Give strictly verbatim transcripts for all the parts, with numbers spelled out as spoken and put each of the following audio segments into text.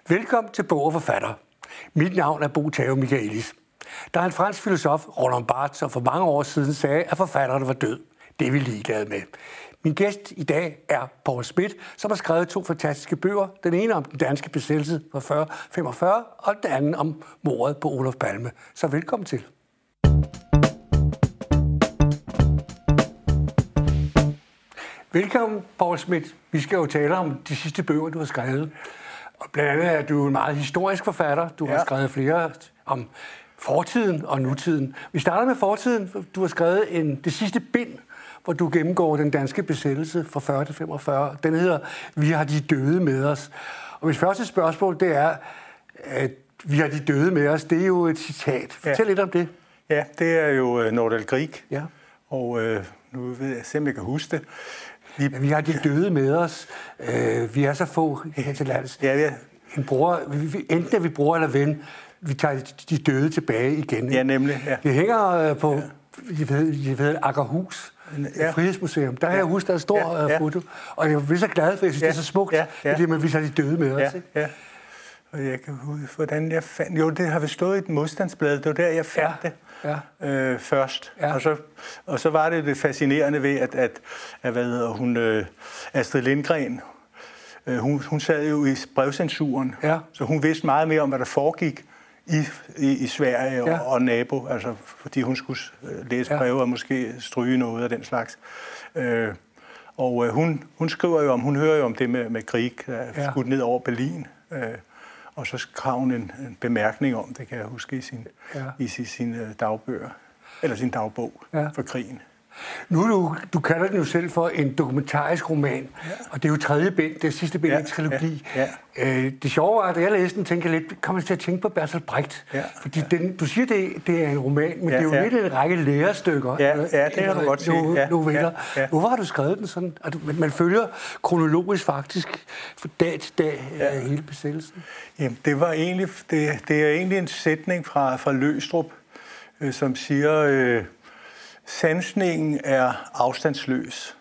Velkommen til Bog og Forfatter. Mit navn er Bo Tao Michaelis. Der er en fransk filosof, Roland Barthes, som for mange år siden sagde, at forfatterne var død. Det er vi ligeglade med. Min gæst i dag er Poul Schmidt, som har skrevet to fantastiske bøger. Den ene om den danske besættelse fra fyrre femogfyrre, og den anden om mordet på Olof Palme. Så velkommen til. Velkommen, Poul Schmidt. Vi skal jo tale om de sidste bøger, du har skrevet. Og blandt andet er du en meget historisk forfatter. Du ja. har skrevet flere om fortiden og nutiden. Vi starter med fortiden. Du har skrevet en, det sidste bind, hvor du gennemgår den danske besættelse fra fyrre til femogfyrre. Den hedder Vi har de døde med os. Og mit første spørgsmål, det er, at Vi har de døde med os. Det er jo et citat. Fortæl ja. lidt om det. Ja, det er jo uh, Nordahl Grieg. Ja. Og uh, nu ved jeg simpelthen, jeg kan huske det. Vi, ja, vi har de døde med os. Uh, vi er så få her til lands. Ja, ja. En bror, enten er vi bror eller ven, vi tager de døde tilbage igen. Ja, nemlig. Ja. Det hænger på, ja. jeg ved, jeg ved Akerhus, ja. Frihedsmuseum. Der har ja. jeg huske, der er et stort ja. Ja. foto. Og jeg er så glad for, jeg synes, ja. det er så smukt, ja. Ja. fordi man, vi tager de døde med ja. os. Ikke? Ja. Og jeg kan huske, hvordan jeg fandt... Jo, det har vi stået i et modstandsblad. Det var der, jeg fandt ja. det. Ja. Øh, først. Ja. Og, så, og så var det det fascinerende ved, at, at, at hvad hedder hun, øh, Astrid Lindgren, øh, hun, hun sad jo i brevcensuren, ja. så hun vidste meget mere om, hvad der foregik i, i, i Sverige og, ja. og nabo, altså fordi hun skulle læse breve ja. og måske stryge noget af den slags. Øh, og øh, hun, hun skriver jo om, hun hører jo om det med, med Grieg, der er ja. skudt ned over Berlin. Øh, Og så skrev hun en, en bemærkning om det, kan jeg huske, i sin, ja. i sin, sin dagbøger, eller sin dagbog ja. for krigen. Nu du, du kalder den jo selv for en dokumentarisk roman, ja. og det er jo tredje bind, det er sidste bind i ja. en trilogi. Ja. Ja. Øh, det sjove var, at jeg læste den, tænker jeg lidt, kommer til at tænke på Bertolt Brecht. Ja. Fordi ja. Den, du siger, det, det er en roman, men ja. det er jo ja. lidt en række lærestykker. Ja, ja det kan du godt sige. Ja. Noveller. Ja. Ja. Hvorfor har du skrevet den sådan? At man, man følger kronologisk faktisk fra dag til dag ja. hele besættelsen. Jamen, det var egentlig, det, det er egentlig en sætning fra, fra Løgstrup, øh, som siger... Øh, Sansningen er afstandsløs.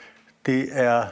Det er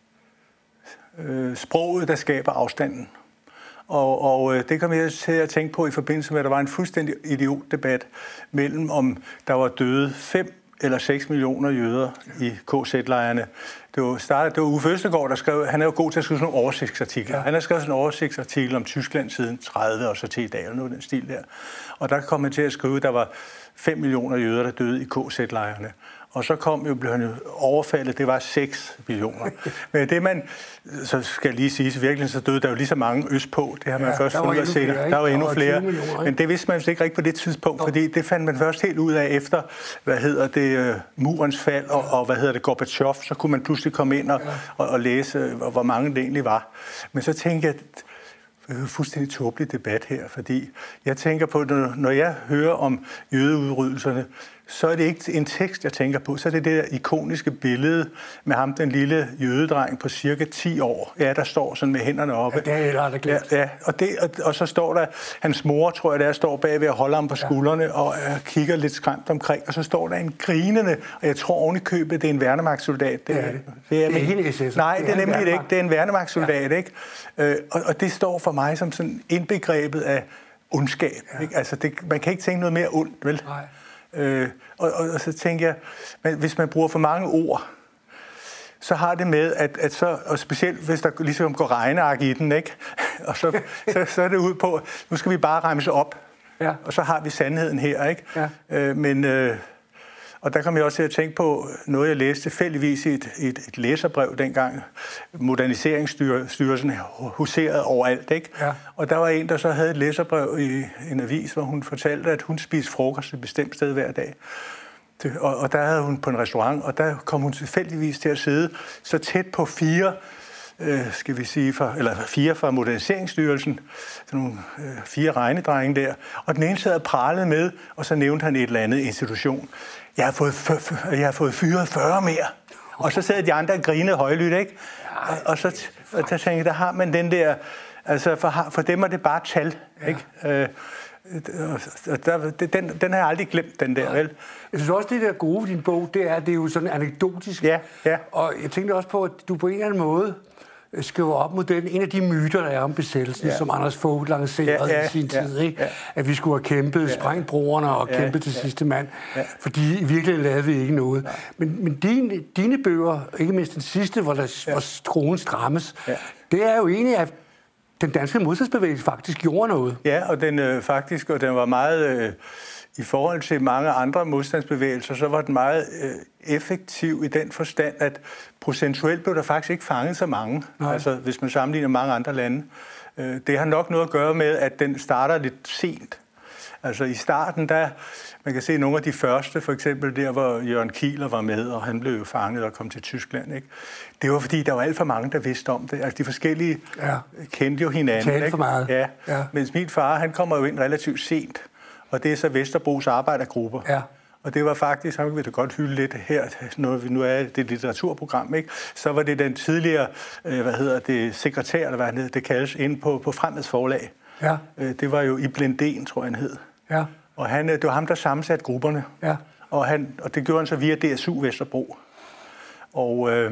øh, sproget, der skaber afstanden. Og, og øh, det kom jeg til at tænke på i forbindelse med, at der var en fuldstændig idiotdebat mellem, om der var døde fem eller seks millioner jøder i K Z-lejrene. Det var, startet, det var Uffe Østergaard, der skrev, han er jo god til at skrive sådan nogle oversigtsartikler. Ja. Han har skrevet sådan en oversigtsartikel om Tyskland siden tredive og så til i dag, eller noget den stil der. Og der kom han til at skrive, at der var fem millioner jøder, der døde i K Z-lejrene. Og så kom jo, blev han jo overfaldet, det var seks millioner. Men det man, så skal lige sige, virkelig så døde der jo lige så mange østpå. Det har man ja, først fundet ud af senere. Der var endnu flere. Men det vidste man jo ikke rigtigt på det tidspunkt, Nå. fordi det fandt man først helt ud af efter, hvad hedder det, uh, murens fald og, og hvad hedder det, Gorbachev. Så kunne man pludselig komme ind og, ja. og, og læse, hvor mange det egentlig var. Men så tænkte jeg, det er en fuldstændig tåbelig debat her, fordi jeg tænker på, når jeg hører om jødeudryddelserne, så er det ikke en tekst, jeg tænker på, så er det det der ikoniske billede med ham, den lille jødedreng på cirka ti år. Ja, der står sådan med hænderne oppe. Ja, det er aldrig glemt. Ja, ja. Og, det, og, og så står der, hans mor, tror jeg, der står bagved at holde ham på skuldrene ja. og uh, kigger lidt skræmt omkring, og så står der en grinende, og jeg tror oven i købet, det er en værnemagtssoldat. Det er det. Det er, det er helt S S'er. Nej, det er, det er nemlig det ikke. Det er en værnemagtssoldat, ja. ikke? Uh, og, og det står for mig som sådan indbegrebet af ondskab. Ja. Ikke? Altså, det, man kan ikke tænke noget mere ondt, vel? Nej. Øh, og, og, og så tænker jeg, men hvis man bruger for mange ord, så har det med, at, at så, og specielt hvis der ligesom går regneark i den, ikke? og så, så, så er det ud på, nu skal vi bare remse op, ja. og så har vi sandheden her, ikke? Ja. Øh, men, øh, og der kom jeg også til at tænke på noget, jeg læste tilfældigvis i et, et, et læserbrev dengang. Moderniseringsstyrelsen huserede overalt, ikke? Ja. Og der var en, der så havde et læserbrev i en avis, hvor hun fortalte, at hun spiste frokost et bestemt sted hver dag. Og, og der havde hun på en restaurant, og der kom hun tilfældigvis til at sidde så tæt på fire, øh, skal vi sige, for, eller fire fra Moderniseringsstyrelsen, sådan nogle øh, fire regnedrenge der. Og den ene sad og pralede med, og så nævnte han et eller andet institution. Jeg har fået, f- f- jeg har fået fyret fyrre mere. Og så sad de andre og grinede højlydt, ikke? Og, og så og der tænkte jeg, der har man den der, altså for, for dem er det bare tal, ikke? Ja. Øh, der, den, den har jeg aldrig glemt, den der, vel? Jeg synes også, det der gode ved din bog, det er, det er jo sådan anekdotisk. Ja, ja. Og jeg tænkte også på, at du på en eller anden måde skriver op mod den, en af de myter, der er om besættelsen, ja. som Anders Fogh lancerede ja, ja, i sin ja, tid, ikke? Ja. At vi skulle have kæmpet, ja. sprængt broerne og ja, kæmpet til ja. sidste mand, ja. fordi i virkeligheden lavede vi ikke noget. Ja. Men, men dine, dine bøger, ikke mindst den sidste, hvor, der, ja. hvor skruen strammes, ja. det er jo egentlig, at den danske modstandsbevægelse faktisk gjorde noget. Ja, og den øh, faktisk, og den var meget... Øh, I forhold til mange andre modstandsbevægelser, så var den meget øh, effektiv i den forstand, at procentuelt blev der faktisk ikke fanget så mange, Nej. altså hvis man sammenligner mange andre lande. Øh, det har nok noget at gøre med, at den starter lidt sent. Altså i starten, der man kan se nogle af de første, for eksempel der, hvor Jørgen Kieler var med, og han blev fanget og kom til Tyskland. Ikke? Det var fordi, der var alt for mange, der vidste om det. Altså de forskellige ja. kendte jo hinanden. Talte for meget. Ja. Ja. Mens min far, han kommer jo ind relativt sent. Og det er så Vesterbros arbejdergrupper. Ja. Og det var faktisk, han vil da godt hylde lidt her, når vi nu er det et litteraturprogram, ikke? Så var det den tidligere, øh, hvad hedder det, sekretær, eller hvad han hed, det kaldes, inde på, på Fremeds Forlag. Ja. Øh, det var jo Ibn Lindén, tror jeg, han hed. Ja. Og han, det var ham, der sammensatte grupperne. Ja. Og, han, og det gjorde han så via D S U Vesterbro. Og... Øh,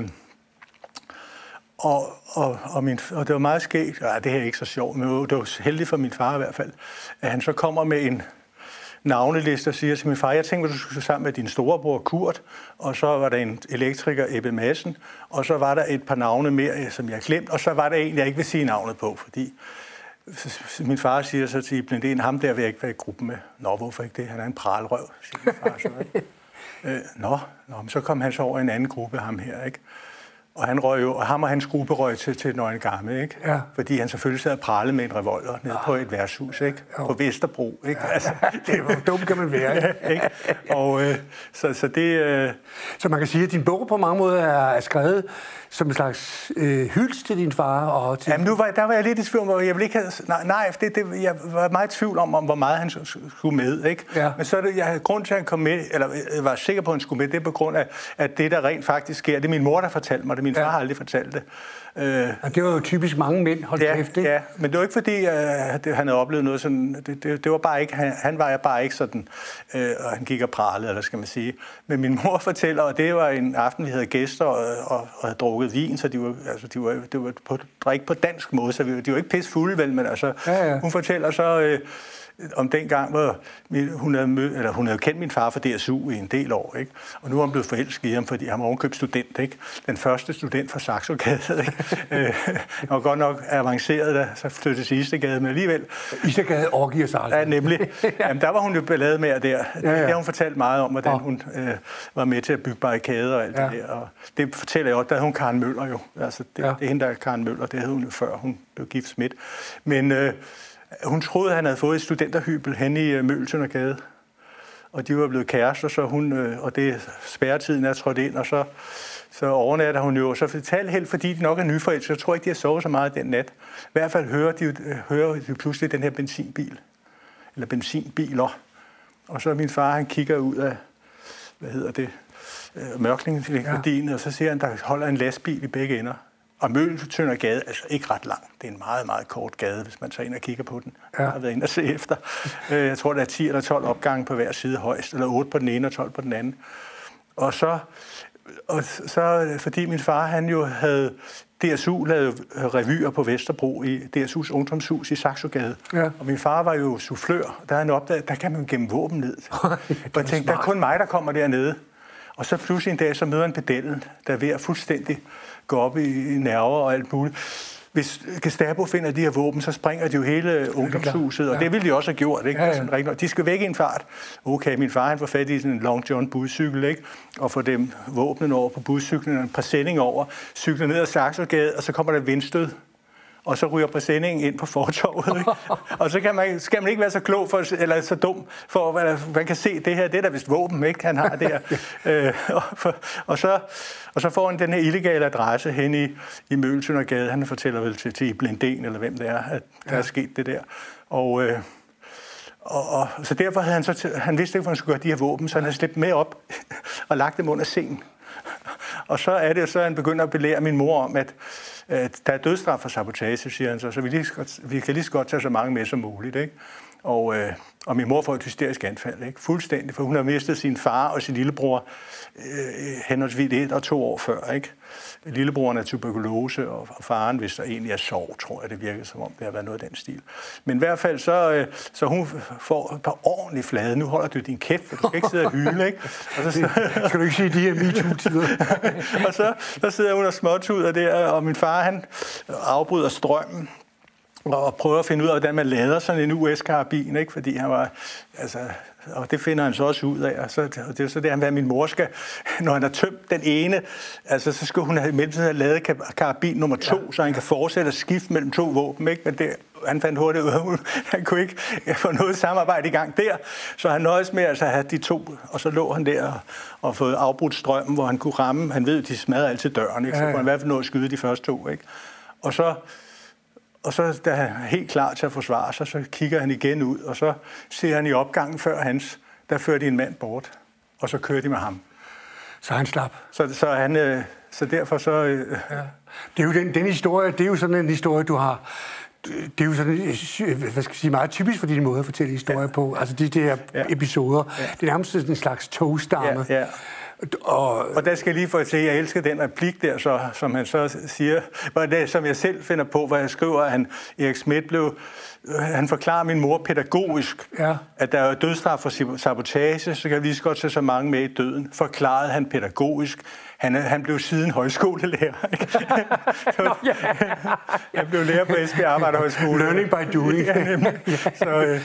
Og, og, og, min, og det var meget skægt, ja, det her er ikke så sjovt, men det var heldigt for min far i hvert fald, at han så kommer med en navneliste og siger til min far, jeg tænkte, at du skulle sammen med din storebror Kurt, og så var der en elektriker, Ebbe Madsen, og så var der et par navne mere, som jeg glemt, og så var der en, jeg ikke vil sige navnet på, fordi min far siger så til Ibn Lindén, ham der vil jeg ikke være i gruppen med. Nå, hvorfor ikke det? Han er en pralrøv, siger min far så. øh, nå, nå, så kom han så over i en anden gruppe, ham her, ikke? Og han røg jo, og ham og hans gruppe røg til, til Nøgengamme, ikke? Ja. Fordi han selvfølgelig sad og pralede med en revolver nede på et værtshus, ikke? Jo. På Vesterbro, ikke? Ja. Altså, det var dumt, kan man være, ikke? Ja, ikke? Og øh, så, så det... Øh... Så man kan sige, at din bog på mange måder er, er skrevet som en slags øh, hyldest til din far og til... Jamen, nu var, der var jeg lidt i tvivl om, jeg ville ikke have... Nej, nej det, det, jeg var meget i tvivl om, om, hvor meget han skulle med, ikke? Ja. Men så er det, jeg havde grund til, at han kom med, eller jeg var sikker på, at han skulle med, det er på grund af, at det, der rent faktisk sker, det er min mor, der fortalte mig det. Min far ja. har aldrig fortalt det. Øh, og det var jo typisk mange mænd, hold ja, kæft, ikke? Ja, men det var ikke fordi, at han havde oplevet noget sådan... Det, det, det var bare ikke... Han, han var bare ikke sådan... Øh, og han gik og pralede, eller skal man sige. Men min mor fortæller, og det var en aften, vi havde gæster og, og, og havde drukket vin, så de var, altså, de var, det var på, drik på dansk måde, så vi, de var ikke pisse fulde, vel, men altså... Ja, ja. Hun fortæller så... Øh, om den gang, hvor hun havde, mød, eller hun havde kendt min far fra D S U i en del år, ikke? Og nu er han blevet forelsket i ham, fordi han var ovenkøbt student, ikke? Den første student fra Saxogade, ikke? Han var godt nok avanceret, da så flyttede til Istegade, men alligevel... Istegade overgiver sig aldrig. Ja, nemlig. Jamen, der var hun jo ballade med der. Ja, ja. Det har hun fortalt meget om, hvordan hun øh, var med til at bygge barrikader og alt ja. det der. Og det fortæller jeg også, der havde hun Karen Møller jo. Altså, det, ja. det er hende, der er Karen Møller, det havde hun jo før hun blev gift Schmidt. Men... Øh, Hun troede, at han havde fået et studenterhybel hen i Møgeltøndergade, og de var blevet kærester, så hun, og det spærretiden er trådt ind, og så, så overnatter hun jo, og så fortalte helt, fordi de nok er nyforelskede, så jeg tror ikke, de har sovet så meget den nat. I hvert fald hører de, hører de pludselig den her benzinbil, eller benzinbiler, og så min far, han kigger ud af, hvad hedder det, mørkningsgardinen, ja. og så ser han, der holder en lastbil i begge ender. Og Møgeltøndergade er altså ikke ret lang. Det er en meget, meget kort gade, hvis man tager ind og kigger på den. Ja. Jeg har været inde og se efter. Jeg tror, der er ti eller tolv opgange på hver side højst, eller otte på den ene og tolv på den anden. Og så, og så fordi min far, han jo havde D S U lavet revyer på Vesterbro i D S U's ungdomshus i Saxogade. Ja. Og min far var jo soufflør. Der havde han opdaget, der kan man gemme våben ned. Og jeg tænkte, der er kun mig, der kommer dernede. Og så pludselig en dag, så møder han pedellen, der er ved at fuldstændig gå op i nerver og alt muligt. Hvis Gestapo finder de her våben, så springer de jo hele ungdomshuset, og ja. det ville de også have gjort, ikke? Ja, ja. De skal væk i en fart. Okay, min far, han får fat i sådan en Long John budcykel, ikke? Og får dem våbnen over på budcyklen, og en præsending over, cykler ned ad Saxogade, og så kommer der vindstød. Og så ryger præsendingen ind på fortovet, ikke? Og så kan man, skal man ikke være så klog for, eller så dum, for at man kan se, det her, det er da vist våben, ikke? Han har der. øh, og, for, og, så, og så får han den her illegale adresse hen i, i Møgeltøndergade. Han fortæller vel til, til Ibn Lindén, eller hvem det er, at der ja. er sket det der. Og, øh, og, og så derfor havde han så, han vidste ikke, hvor han skulle gøre de her våben, så han havde slæbt med op og lagt dem under sengen. Og så er det så, at han begynder at belære min mor om, at at der er dødsstraf for sabotage, siger han så, så vi, lige skal, vi kan lige så godt tage så mange med som muligt, ikke? Og, øh, Og min mor får et hysterisk anfald, ikke? Fuldstændig, for hun har mistet sin far og sin lillebror øh, henholdsvis et og to år før, ikke? Lillebroren er tuberkulose, og faren, hvis der egentlig er sorg, tror jeg, det virker som om, det har været noget af den stil. Men i hvert fald, så, øh, så hun får et par ordentlige flade. Nu holder du din kæft, for du skal ikke sidde og hyle, ikke? Og så, så, skal du ikke sige de her MeToo-tider? Og så, så sidder hun og småtuder der, og min far, han afbryder strømmen, og prøver at finde ud af, hvordan man lader sådan en U S-karabin, ikke? Fordi han var, altså, og det finder han så også ud af, og, så, og det er så det, han min mor skal, når han har tømt den ene, altså så skal hun have i mellemtiden have lavet karabin nummer to, ja. Så han kan fortsætte at skifte mellem to våben, ikke? Men det, han fandt hurtigt ud af, han kunne ikke få noget samarbejde i gang der, så han nøjes med altså at have de to, og så lå han der og, og fået afbrudt strømmen, hvor han kunne ramme, han ved, de smadrer altid døren, ikke? Så kunne han i hvert fald nå at skyde de første to, ikke? Og så Og så, da han er helt klar til at forsvare sig, så kigger han igen ud, og så ser han i opgangen før hans, der fører de en mand bort, og så kører de med ham. Så han slap? Så, så, han, øh, så derfor så... Øh, ja. Det er jo den, den historie, det er jo sådan en historie, du har... Det er jo sådan, hvad skal jeg sige, meget typisk for din måde at fortælle historier ja. På. Altså de, de her ja. Episoder. Ja. Det er nærmest en slags togstamme. Ja, ja. Og, og der skal jeg lige få at se, at jeg elsker den replik der, så, som han så siger, hvor det, som jeg selv finder på, hvor jeg skriver, at han, Erik Schmidt blev, han forklarer min mor pædagogisk, ja. At der er dødsstraf for sabotage, så kan jeg lige så godt se så mange med i døden. Forklarede han pædagogisk. Han, han blev siden højskolelærer. Ikke? Nå, ja. Han blev lærer på Esbjerg Arbejderhøjskole. Learning by doing. Ja, så, øh,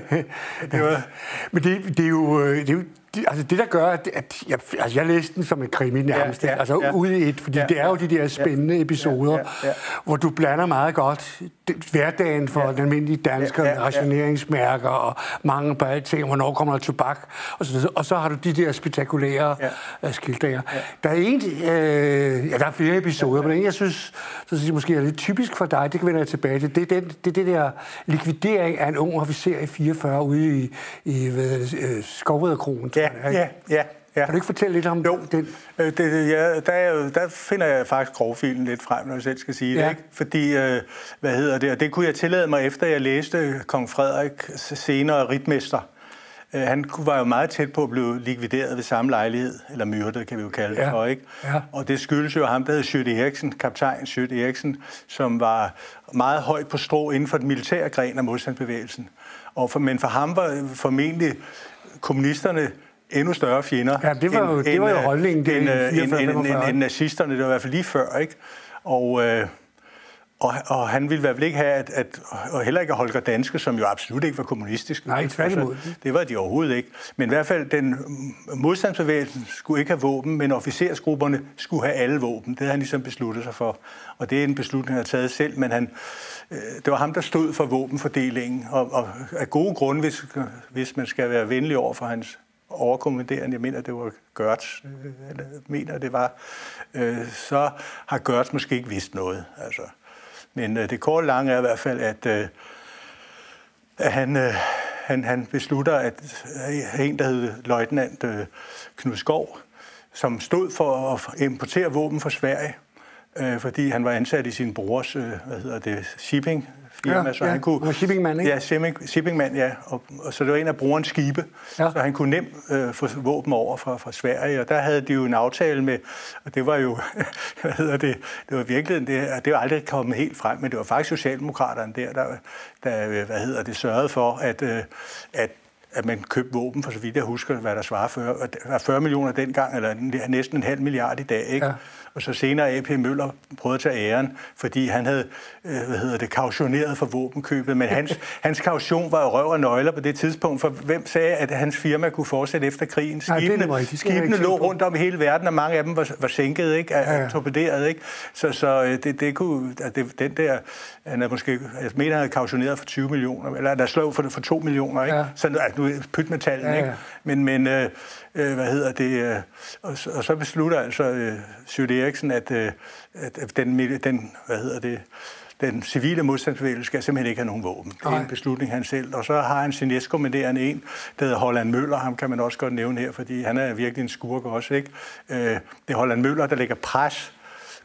det var... Men det, det er jo... Det er jo Det, altså det, der gør, at, at jeg, altså jeg læste den som en krimi nærmest, ja, ja, altså ja. Ude i et, fordi ja, det er jo de der spændende ja, episoder, ja, ja, ja. Hvor du blander meget godt hverdagen for ja. Den almindelige dansker, ja, ja, rationeringsmærker og mangel på alting, hvornår kommer der tobak, og så, og så har du de der spektakulære ja. Skildringer. Ja. Der er en, øh, ja, der er flere episoder, ja, ja. Men en, jeg synes, så synes jeg måske er lidt typisk for dig, det kan vende jeg tilbage til, det er den, det, det der likvidering af en ung officer i fireogfyrre ude i, i øh, Skovriderkroen. Ja, ja, ja. Ja. Kan du ikke fortælle lidt om jo, den? Det, det, ja, der, der finder jeg faktisk grovfilen lidt frem, når jeg selv skal sige ja. Det. Ikke? Fordi, øh, hvad hedder det, og det kunne jeg tillade mig, efter jeg læste Kong Frederik senere ritmester. Øh, han var jo meget tæt på at blive likvideret ved samme lejlighed, eller myrdet, kan vi jo kalde det ja. For, ikke? Ja. Og det skyldes jo ham, der hed Sjøt Eriksen, kaptajn Sjøt Eriksen, som var meget højt på strå inden for den militære gren af modstandsbevægelsen. Og for, men for ham var formentlig kommunisterne endnu større fjender. Ja, det var jo, end, det var jo holdningen. End, end, end, end, end nazisterne, det var i hvert fald lige før, ikke? Og, øh, og, og han ville i hvert fald ikke have, at, at, og heller ikke Holger Danske, som jo absolut ikke var kommunistisk. Nej, tværtimod. Altså, det var de overhovedet ikke. Men i hvert fald, den modstandsbevægelsen skulle ikke have våben, men officersgrupperne skulle have alle våben. Det havde han ligesom besluttet sig for. Og det er en beslutning, han har taget selv, men han, øh, det var ham, der stod for våbenfordelingen. Og, og af gode grunde, hvis, hvis man skal være venlig over for hans overkommanderende, jeg mener, det var Gørts, eller mener, det var, øh, så har Gørts måske ikke vidst noget. Altså. Men øh, det korte lange er i hvert fald, at, øh, at han, øh, han, han beslutter, at øh, en, der hed løjtnant øh, Knud Skov, som stod for at importere våben fra Sverige, øh, fordi han var ansat i sin brors, øh, hvad hedder det, shipping firma, ja, så ja. han kunne... Og shippingmand, ikke? Ja, shipping, shippingmand, ja. Og, og så det var en af brugerens skibe, ja. Så han kunne nemt øh, få våben over fra, fra Sverige, og der havde de jo en aftale med, og det var jo, hvad hedder det, det var virkelig, det, det var aldrig kommet helt frem, men det var faktisk Socialdemokraterne der, der, der hvad hedder det, sørgede for, at, øh, at at man købte våben, for så vidt jeg husker, hvad der svarer fyrre, fyrre millioner dengang, eller næsten en halv milliard i dag, ikke? Ja. Og så senere A P Møller prøvede at tage æren, fordi han havde, øh, hvad hedder det, kautioneret for våbenkøbet, men hans, hans kaution var jo røv og nøgler på det tidspunkt, for hvem sagde, at hans firma kunne fortsætte efter krigen? Skibene, Nej, skibene lå rundt om hele verden, og mange af dem var, var sænket, ikke? Ja, ja. Torpederet, ikke? Så, så det, det kunne, det, den der, han er måske, jeg mener, han havde kautioneret for tyve millioner, eller der slog for, for to millioner, ikke? Ja. Så altså, nu pyt med tallene, ja, ja. Ikke? Men, men øh, øh, hvad hedder det, øh, og, og så beslutter altså øh, Sjøt Eriksen, at, øh, at den, den, hvad hedder det, den civile modstandsbevægelse skal simpelthen ikke have nogen våben. Det er en beslutning han selv. Og så har han sin næstkommanderende en, der hedder Holland Møller. Ham kan man også godt nævne her, fordi han er virkelig en skurk også, ikke? Øh, det er Holland Møller, der lægger pres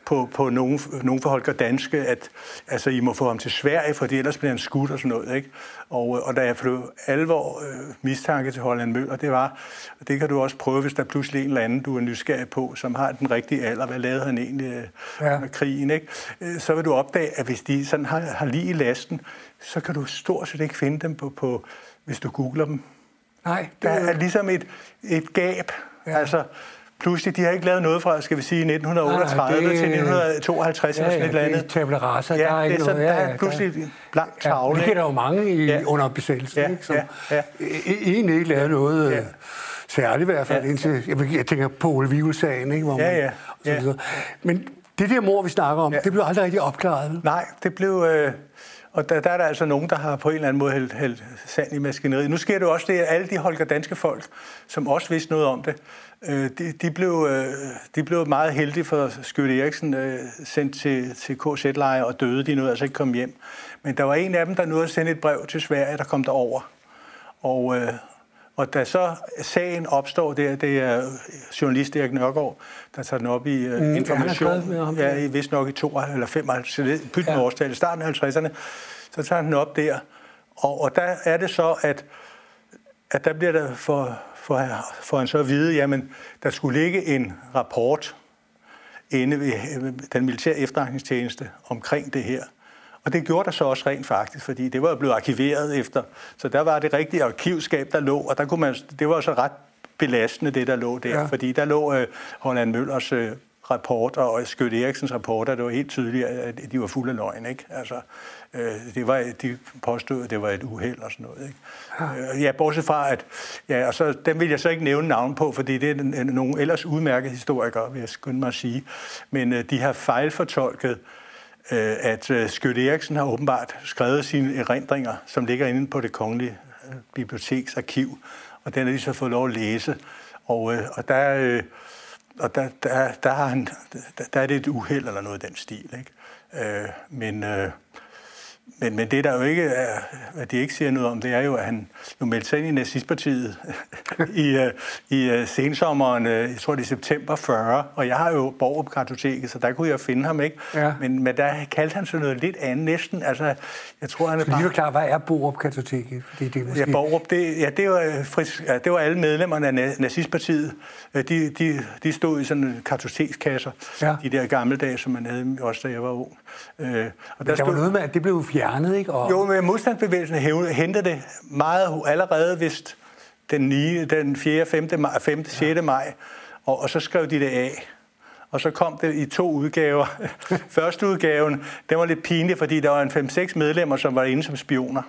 på, på nogen, nogen for Holger Danske, at altså, I må få ham til Sverige, for ellers bliver han skudt og sådan noget. Ikke? Og, og da jeg blev alvor øh, mistanke til Holland Møller, det var, og det kan du også prøve, hvis der er pludselig en eller anden, du er nysgerrig på, som har den rigtige alder, hvad lavede han egentlig øh, ja. med krigen, ikke? Så vil du opdage, at hvis de sådan har, har lige i lasten, så kan du stort set ikke finde dem, på, på, hvis du googler dem. Nej. Det er, der er ligesom et, et gab, ja. altså... Pludselig, de har ikke lavet noget fra, skal vi sige, nitten otteogtredive ja, det, til nitten tooghalvtreds, ja, ja, eller sådan et eller andet. Det er tabula rasa, ja, der er ikke det er sådan, noget. Ja, der er pludselig en blank tavle. Ja, det er der jo mange i, ja. under besættelsen, ja, ikke, som ja, ja. egentlig ikke lavede noget ja. særligt i hvert fald, ja, indtil, jeg, jeg tænker på Ole Vigel-sagen, ikke, hvor man, ja, ja, ja. Så men det der mord, vi snakker om, ja. det blev aldrig rigtig opklaret. Nej, det blev... Øh, og der, der er der altså nogen, der har på en eller anden måde hældt, hældt sand i maskineriet. Nu sker det også det, at alle de Holger Danske folk, som også vidste noget om det, øh, de, de, blev, øh, de blev meget heldige for Skytte Eriksen øh, sendt til, til K Z-lejre og døde. De nåede altså ikke komme hjem. Men der var en af dem, der nåede at sende et brev til Sverige, der kom derover. Og, øh, og da så sagen opstår, det er, det er journalist Erik Nørgaard, der tager den op i øh, mm, Information, ja, i vist nok i to eller femoghalvtreds, pytten ja. årstal, starten af halvtredserne, så tager den op der. Og, og der er det så, at, at der bliver der for, for, for han så at vide, jamen, der skulle ligge en rapport inde ved den militære efterretningstjeneste omkring det her. Og det gjorde der så også rent faktisk, fordi det var blevet arkiveret efter. Så der var det rigtige arkivskab, der lå, og der kunne man, det var så ret belastende, det der lå der. Ja. Fordi der lå øh, Holland Møllers øh, rapporter og Skytte Eriksens rapporter, det var helt tydeligt, at de var fulde af løgn, ikke? Altså, øh, det var, de påstod, at det var et uheld og sådan noget, ikke? Ja, øh, ja bortset fra, at... Ja, og så, dem vil jeg så ikke nævne navn på, fordi det er nogle ellers udmærkede historikere, vil jeg skynde mig at sige. Men øh, de har fejlfortolket, at Skytte Eriksen har åbenbart skrevet sine erindringer, som ligger inde på Det Kongelige Biblioteks arkiv, og den har de så fået lov at læse. Og, og, der, og der, der, der, har han, der, der er det et uheld eller noget af den stil, ikke? Men, men, men det, der jo ikke er, at de ikke siger noget om, det er jo, at han jo meldte sig ind i nazistpartiet i, i sensommeren, jeg tror det er september fyrre, og jeg har jo Borup-kartoteket, så der kunne jeg finde ham, ikke? Ja. Men, men der kaldte han så noget lidt andet næsten, altså, jeg tror, han er bare... Lige klar, hvad er Borup-kartoteket? Det, det måske... Ja, Borup, det, ja, det, var, fris, ja, det var alle medlemmerne af nazistpartiet, de, de, de stod i sådan kartotekskasser, ja. De der gamle dage, som man havde også, da jeg var ung. Øh, og der, der stod... var noget med, at det blev fjernet, ikke? Og... Jo, men modstandsbevægelsen hentede det meget allerede, hvis den, niende, den fjerde, femte, femte, sjette maj, og, og så skrev de det af. Og så kom det i to udgaver. Første udgaven, den var lidt pinlig, fordi der var en fem seks medlemmer, som var inde som spioner.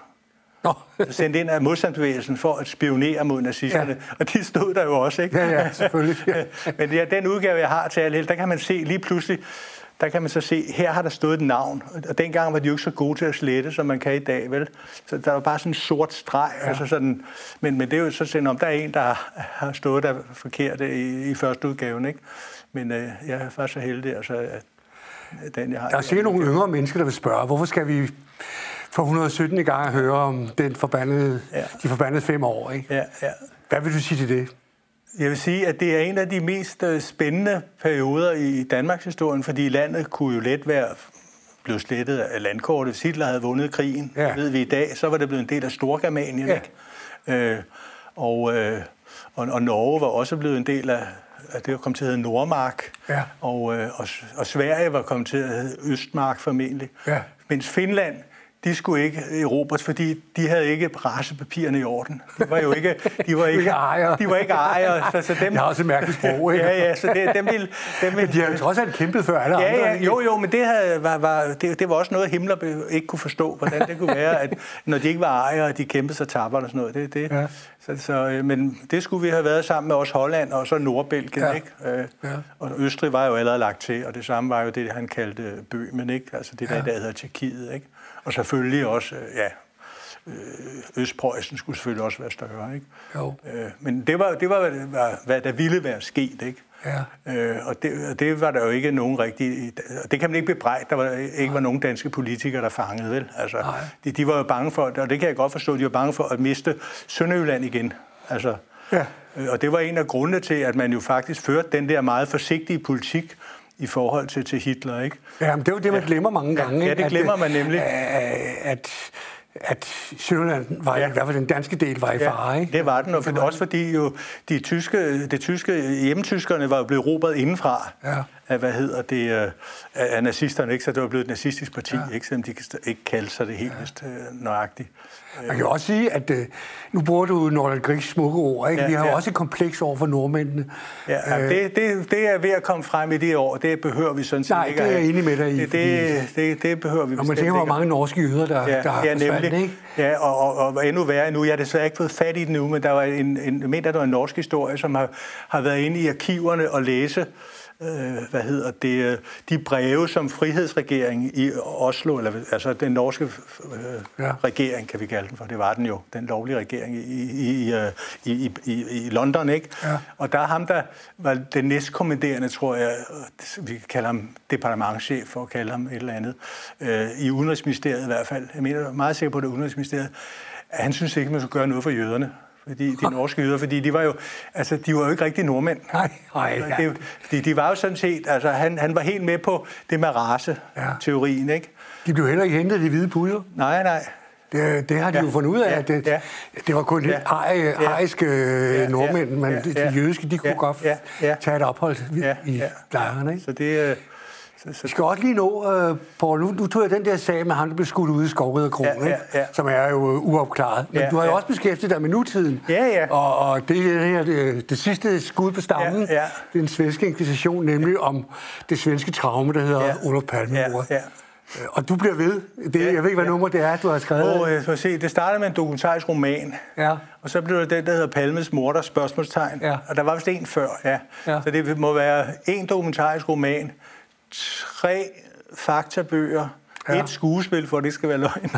Sendt ind af modstandsbevægelsen for at spionere mod nazisterne. Ja. Og de stod der jo også, ikke? Ja, ja, selvfølgelig. Men ja, den udgave, jeg har til alle, der kan man se lige pludselig, der kan man så se, her har der stået et navn. Og dengang var de jo ikke så gode til at slette, som man kan i dag, vel? Så der var bare sådan en sort streg. Ja. Altså sådan, men, men det er jo så sådan, om der er en, der har stået der forkert i, i første udgaven, ikke? Men øh, jeg er faktisk så heldig, altså, at den, jeg har... Der er sikkert nogle yngre mennesker, der vil spørge, hvorfor skal vi for et hundrede og sytten i gang at høre om den forbandede, ja. de forbandede fem år, ikke? Ja, ja. Hvad vil du sige til det? Jeg vil sige, at det er en af de mest spændende perioder i Danmarks historien, fordi landet kunne jo let være blevet slettet af landkortet. Hvis Hitler havde vundet krigen, ja. ved vi i dag, så var det blevet en del af Storgermanien, ja. ikke? Øh, og, øh, og, og Norge var også blevet en del af, at det var kommet til at hedde Nordmark, ja. og, øh, og, og Sverige var kommet til at hedde Østmark formentlig. Ja. Mens Finland, de skulle ikke erobres, fordi de havde ikke racepapirerne i orden. De var jo ikke, de var ikke ejere. De var ikke ejere. Så, så dem, jeg har også et mærkeligt sprog, ikke? Ja, ja, så det, dem ville... Dem ville men de har jo trods alt kæmpet før alle ja, andre. Ja, jo, jo, men det, havde, var, var, det, det var også noget, Himmler ikke kunne forstå, hvordan det kunne være, at når de ikke var ejere, de kæmpede sig tappert og sådan noget. Det, det. Ja. Så, så, men det skulle vi have været sammen med os Holland og så Nordbelgien, ja. ikke? Øh, ja. Og Østrig var jo allerede lagt til, og det samme var jo det, han kaldte Bøhmen, ikke? Altså det der, ja. der hedder Tjekkiet, ikke? Og selvfølgelig også, ja, Østpreussen skulle selvfølgelig også være større, ikke? Jo. Men det var, det var hvad, hvad der ville være sket, ikke? Ja. Og det, det var der jo ikke nogen rigtig... Det kan man ikke bebrejde, der var ikke Nej. var nogen danske politikere, der fangede, vel? Altså, de, de var jo bange for, og det kan jeg godt forstå, de var bange for at miste Sønderjylland igen. Altså, ja. Og det var en af grundene til, at man jo faktisk førte den der meget forsigtige politik i forhold til, til Hitler, ikke? Ja, men det er jo det, man ja. glemmer mange gange. Ja, det glemmer at, man nemlig. At, at Sønderland var, ja. i hvert fald den danske del, var i ja, fare, ikke? Det var den, og for, også fordi jo de tyske, de tyske hjemmetyskerne var jo blevet råbet indenfra ja. af, hvad hedder det, af nazisterne, ikke? Så det var blevet et nazistisk parti, ja. ikke? Selvom de ikke kaldte sig det helt ja. nøjagtigt. Man kan jo også sige, at uh, nu bruger du Nordahl Griegs smukke ord, ikke? Ja, vi har jo ja. også et kompleks over for nordmændene. Ja, ja, det, det, det er ved at komme frem i det år, det behøver vi sådan set Nej, ikke det er jeg enig med dig i. Det, det, det, det behøver vi bestemt ikke. Og man tænker, hvor mange norske jøder, der, ja, der har ja, forsvandt, ikke? Ja, og, og, og endnu værre nu. Jeg har desværre ikke fået fat i det nu, men der var en, en, jeg mener, der var en norsk historie, som har, har været inde i arkiverne og læse Øh, hvad hedder det, de breve, som frihedsregeringen i Oslo, eller altså den norske øh, ja. regering, kan vi kalde den for, det var den jo, den lovlige regering i, i, i, i, i, i London, ikke? Ja. Og der er ham, der var den næstkommanderende, tror jeg, vi kan kalde ham departementschef, for at kalde ham et eller andet, øh, i Udenrigsministeriet i hvert fald. Jeg mener, meget sikker på det Udenrigsministeriet. Han synes ikke, man skulle gøre noget for jøderne. Fordi de norske jøder, fordi de var jo, altså, de var jo ikke rigtig nordmænd. Nej, nej. Ja. De, de, de var jo sådan set, altså, han, han var helt med på det med race-teorien, ikke? De blev heller ikke hentet, de hvide puder. Nej, nej. Det, det har de ja. jo fundet ud af, ja. at det, ja. det var kun ja. ariske ja. nordmænd, men ja. de jødiske, de kunne ja. godt ja. Ja. tage et ophold ja. i ja. lejrene, ikke? Så det... Vi skal også lige nå, uh, Poul, nu, nu tog jeg den der sag med ham, der blev skudt ude i Skovriderkrogen, ja, ja, ja. som er jo uh, uopklaret. Men ja, du har jo ja. også beskæftiget dig med nutiden. Ja, ja. Og, og det, det her, det, det sidste skud på stammen, ja, ja. det er den svenske inkvisition, nemlig ja. om det svenske traume, der hedder ja. Olof Palme-mordet. Ja, ja. Og du bliver ved. Det, ja, jeg ved ikke, hvad ja. nummer det er, du har skrevet. Oh, jeg skal se. Det startede med en dokumentarisk roman. Ja. Og så blev det den, der hedder Palmes morder, spørgsmålstegn. Ja. Og der var vist en før, ja. ja. Så det må være en dokumentarisk roman, tre faktabøger, ja. et skuespil, for det skal være løgn.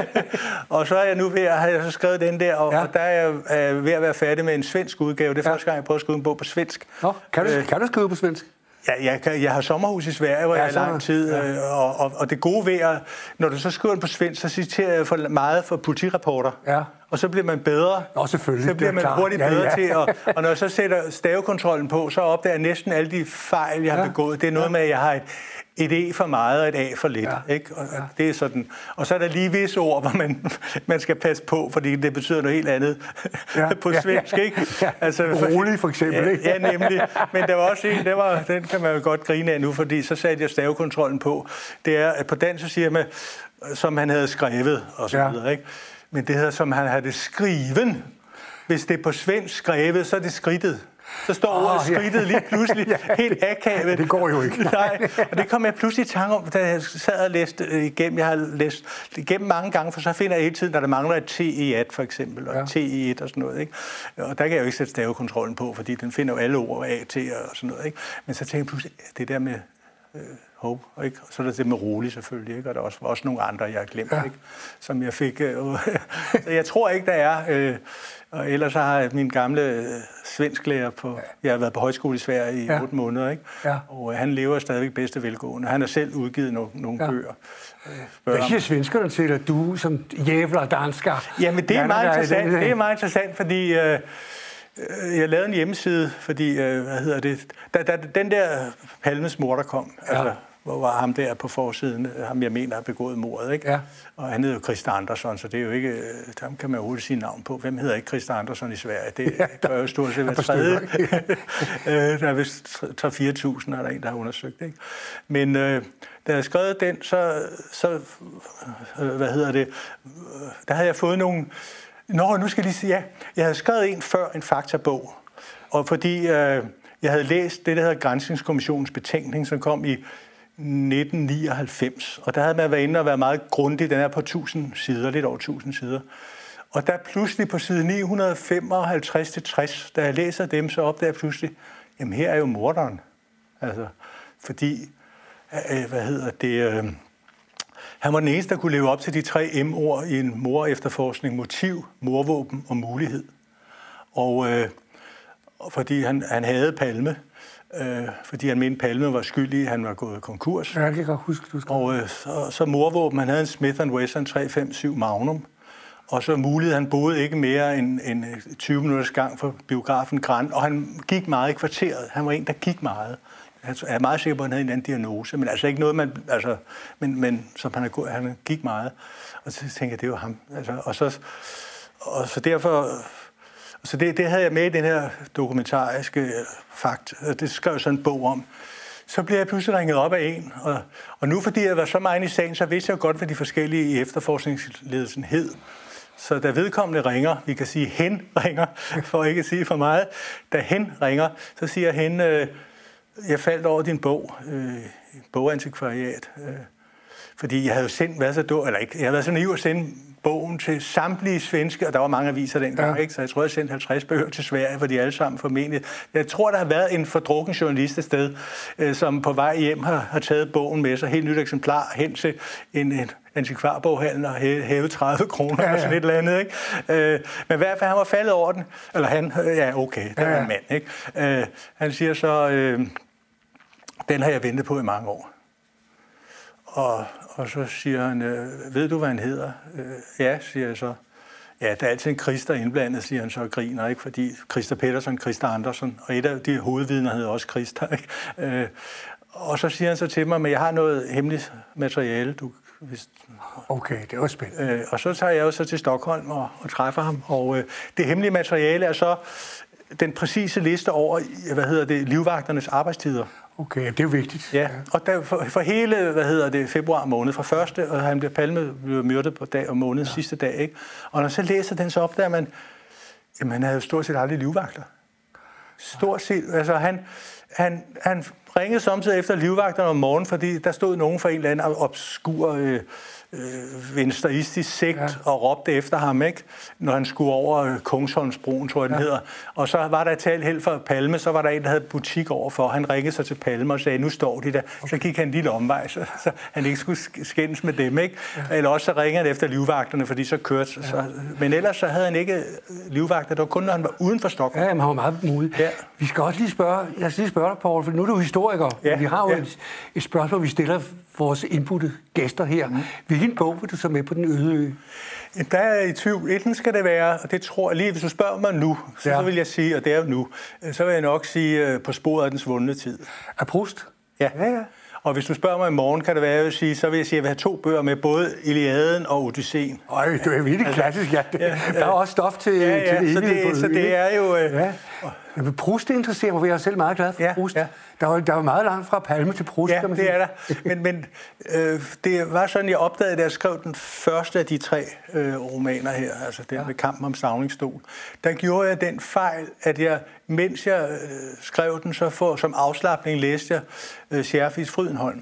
Og så er jeg nu ved at have så skrevet den der, og, ja. og der er jeg ved at være færdig med en svensk udgave. Det er ja. første gang, jeg prøver at skrive en bog på svensk. Nå, kan du, øh, kan du skrive på svensk? Ja, jeg, kan, jeg har sommerhus i Sverige, hvor ja, jeg har lang tid, ja. og, og, og det gode ved, at når du så skriver den på svensk, så citerer jeg for meget for politirapporter. Ja. Og så bliver man bedre. Nå, selvfølgelig. Så bliver man klar. hurtigt ja, bedre ja. til. Og, og når jeg så sætter stavekontrollen på, så opdager jeg næsten alle de fejl, jeg har ja. begået. Det er noget ja. med, at jeg har et, et E for meget og et A for lidt. Ja. Ikke? Og, ja. det er sådan. Og så er der lige visse ord, hvor man, man skal passe på, fordi det betyder noget helt andet ja. på svensk. Ja. Ikke? Ja. Altså, rolig for eksempel. Ja, ikke? ja, nemlig. Men der var også en, der var, den kan man jo godt grine af nu, fordi så satte jeg stavekontrollen på. Det er, at på dansk så siger man, som han havde skrevet, og så ja. videre, ikke? Men det hedder, som han havde skriven. Hvis det er på svensk skrevet, så er det skridtet. Så står oh, ordet skridtet ja. lige pludselig ja, helt akavet. Ja, det går jo ikke. Nej, og det kom jeg pludselig i tanke om, da jeg sad og læste igennem. Jeg har læst igennem mange gange, for så finder jeg hele tiden, når der mangler et T i et for eksempel, og ja. T i et og sådan noget. Ikke? Og der kan jeg jo ikke sætte stavekontrollen på, fordi den finder jo alle ord A, T og sådan noget. Ikke? Men så tænkte jeg pludselig, det der med øh, hope, ikke? Så er der det med rolig selvfølgelig, ikke? Og der er også, også nogle andre, jeg har glemt, ja. ikke? Som jeg fik. Øh, så jeg tror ikke, der er... Øh, Og ellers så har jeg min gamle øh, svensklærer på... Jeg har været på højskole i Sverige i ja. otte måneder, ikke? Ja. Og øh, han lever stadigvæk bedste velgående. Han har selv udgivet no- nogle ja. bøger. Øh, Hvad siger svenskerne til, at du som jævler dansker... Jamen, det er, meget interessant, det er meget interessant, fordi... Øh, jeg lavede en hjemmeside, fordi... Øh, hvad hedder det? Da, da den der Palmes morder kom... Ja. Altså, hvor var ham der på forsiden, ham jeg mener har begået mordet, ikke? Ja. Og han hedder jo Christer Andersson, så det er jo ikke, ham kan man jo hurtigt sige navn på. Hvem hedder ikke Christer Andersson i Sverige? Det ja, der, er jo stort set hver tredje. Der er vist tre til fire tusind, er der en, der har undersøgt, ikke? Men øh, da jeg skrev den, så, så øh, hvad hedder det, der havde jeg fået nogle, nå, nu skal jeg lige sige, ja, jeg havde skrevet en før en faktabog, og fordi øh, jeg havde læst det, der hedder Granskningskommissionens betænkning, som kom i nitten nioghalvfems, og der havde man været inde og været meget grundig. Den er på tusind sider, lidt over tusind sider. Og der pludselig på side ni hundrede femoghalvtreds til tres, da jeg læser dem, så opdager jeg pludselig, jamen her er jo morderen. Altså, fordi, øh, hvad hedder det, øh, han var den eneste, der kunne leve op til de tre M-ord i en mor-efterforskning: motiv, morvåben og mulighed. Og øh, fordi han, han havde Palme, Øh, fordi han mente, Palme var skyldig, han var gået konkurs. Ja, det kan jeg godt huske, du skal. Og øh, så, så morvåben, han havde en Smith and Wesson tre fem syv Magnum, og så mulighed, han boede ikke mere end, end tyve minutters gang fra biografen Grand, og han gik meget i kvarteret. Han var en, der gik meget. Jeg er meget sikker på, at han havde en anden diagnose, men altså ikke noget, man, altså, men, men som han, er, han gik meget. Og så tænkte jeg, det var ham. Altså, og, så, og så derfor, så det, det havde jeg med i den her dokumentariske fakt. Det skrev jeg sådan en bog om. Så blev jeg pludselig ringet op af en, og, og nu fordi jeg var så meget i sagen, så vidste jeg godt, hvad de forskellige i efterforskningsledelsen hed. Så da vedkommende ringer, vi kan sige hen ringer, for ikke at sige for meget, da hen ringer, så siger hen, øh, jeg faldt over din bog, øh, bogantikvariat, øh, fordi jeg havde jo sendt, været så dum, eller ikke, jeg havde været så naiv at sende bogen til samtlige svenske, og der var mange aviser dengang, ja. Ikke? Så jeg tror, jeg sendte halvtreds bøger til Sverige, for de alle sammen formentlig. Jeg tror, der har været en fordrukken journalist et sted, øh, som på vej hjem har, har taget bogen med sig, helt nyt eksemplar, hen til en, en antikvarboghandel og hævet tredive kroner, ja, ja. Og sådan et eller andet, ikke? Øh, men i hvert fald, han var faldet over den, eller han, ja, okay, der ja, ja. var en mand, ikke? Øh, han siger så, øh, den har jeg ventet på i mange år. Og, og så siger han, øh, ved du, hvad han hedder? Øh, ja, siger jeg så. Ja, der er altid en Christer indblandet, siger han så og griner, ikke? Fordi Christer Pettersson, Christer Andersen, og et af de hovedvidner hedder også Christer, ikke? Øh, og så siger han så til mig, men jeg har noget hemmeligt materiale, du hvis... Okay, det var spændende. Øh, og så tager jeg jo så til Stockholm og, og træffer ham, og øh, det hemmelige materiale er så den præcise liste over, hvad hedder det, livvagternes arbejdstider. Okay, det er jo vigtigt. Ja, og der, for, for hele, hvad hedder det, februar måned, fra første, og han bliver Palme blev myrdet på dag og måned, ja. Sidste dag, ikke? Og når man så læser den, så opdager man, jamen han havde jo stort set aldrig livvagter. Stort set, altså han, han, han ringede samtidig efter livvagterne om morgenen, fordi der stod nogen fra en eller anden obskur øh, øh, venstreistisk sekt ja. Og råbte efter ham, ikke? Når han skulle over øh, Kungsholmsbroen, tror jeg den ja. Hedder. Og så var der et tal helt for Palme, så var der en, der havde butik overfor. Han ringede så til Palme og sagde, nu står de der. Okay. Så gik han en lille omvej, så, så han ikke skulle skændes med dem, ikke? Ja. Eller også så ringede han efter livvagterne, fordi så kørte. Ja. Så, men ellers så havde han ikke livvagter. Det var kun, når han var uden for Stockholm. Ja, men han var meget modig. Ja. Vi skal også lige spørge, jeg skal lige spørge dig, Poul, for nu er du historiker. Ja. Vi har jo ja. et, et spørgsmål, vi stiller vores indbudte gæster her. Mm. Hvilken bog vil du så med på den øde ø? Der er i tvivl. Enten skal det være, og det tror jeg lige, hvis du spørger mig nu, så, ja. så vil jeg sige, og det er jo nu, så vil jeg nok sige På sporet af den svundne tid. Af Proust? Ja. ja, ja. Og hvis du spørger mig i morgen, kan det være, at jeg vil sige, så vil jeg sige, at jeg vil have to bøger med, både Iliaden og Odysseen. Øj, det er virkelig klassisk, ja. ja, ja. Der er også stof til, ja, ja. til det så det, så det er jo... Øh... Ja. Men Proust interesserer mig, for jeg er selv meget glad for ja, Proust. Ja. Der var, der var meget langt fra Palme til Proust, ja, kan man sige. sige. Ja, det er der. Men, men øh, det var sådan, jeg opdagede, da jeg skrev den første af de tre øh, romaner her, altså den ja. Med Kampen om Stauningsstol. Der gjorde jeg den fejl, at jeg, mens jeg øh, skrev den, så for, som afslapning læste jeg øh, Scherfis Frydenholm.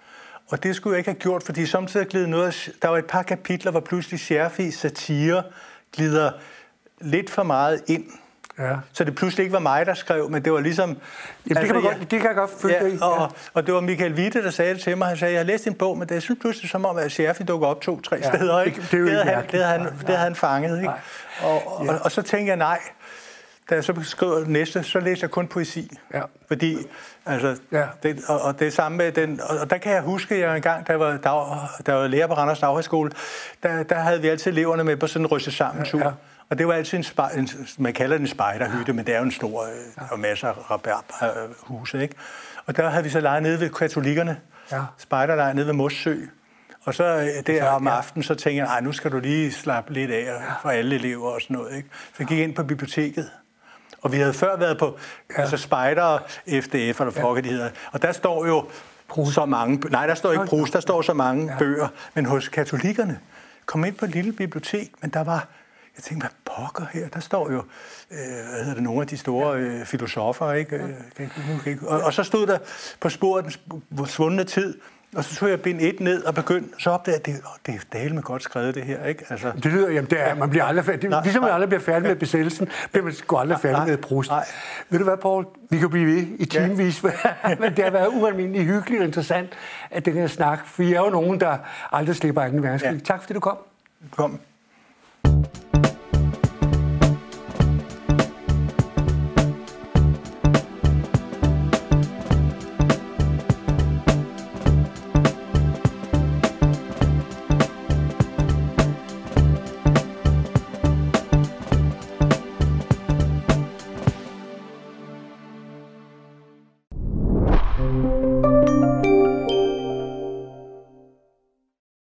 Og det skulle jeg ikke have gjort, fordi samtidig gled noget, der var et par kapitler, hvor pludselig Scherfis satire glider lidt for meget ind. Ja. Så det pludselig ikke var mig, der skrev, men det var ligesom... Jamen, altså, det, kan man godt, det kan jeg godt følge ja, i. Ja. Og, og det var Michael Witte, der sagde det til mig. Han sagde, jeg har læst en bog, men det er synes pludselig som om, at Scherfi dukker op to-tre ja. Steder. Ikke? Det, det, det, havde han, det, havde han, det havde han fanget. Ikke? Og, og, ja. og, og så tænkte jeg, nej. Da jeg så beskrev næste, så læste jeg kun poesi. Ja. Fordi, altså, ja. det, og, og det er samme med den, og, og der kan jeg huske, at jeg engang, da jeg var, dag, da jeg var lærer på Randers Daghøjskole, der, der havde vi altid eleverne med på sådan en ryste sammen tur. Ja, ja. Og det var altid en, spe, en man kalder den en spejderhytte, ja. Men det er jo en stor, ja. Og masser af rabarberhuse, ikke? Og der havde vi så leget nede ved katolikkerne, ja. Spejderlejr nede ved Mossø. Og så der om aftenen, så tænkte jeg, nej, nu skal du lige slappe lidt af for alle elever og sådan noget, ikke? Så jeg gik ind på biblioteket. Og vi havde før været på ja. Altså Spejder, F D F, eller hvad ja. De hedder. Og der står jo Proust. Så mange... Nej, der står ikke Proust, der står så mange ja. Bøger. Men hos katolikkerne kom ind på et lille bibliotek, men der var... Jeg tænkte, hvad pokker her? Der står jo øh, hvad hedder det, nogle af de store øh, filosofer, ikke? Ja. Og, og så stod der På sporet af den svundne tid, og så tog jeg bind et ned og begyndte, så opdagede jeg, at det, det er dale med godt skrevet, det her, ikke? Altså, det lyder, jamen det er, man bliver aldrig færdig. Nej, ligesom man aldrig bliver færdig med besættelsen, bliver man sgu aldrig færdig nej, med Proust. Nej. Ved du hvad, Poul? Vi kan blive ved i timevis, ja. Men det har været ualmindeligt hyggeligt og interessant, at den her snak, for I er jo nogen, der aldrig slipper anden verdenskrig. Ja. Tak fordi du kom. Kom.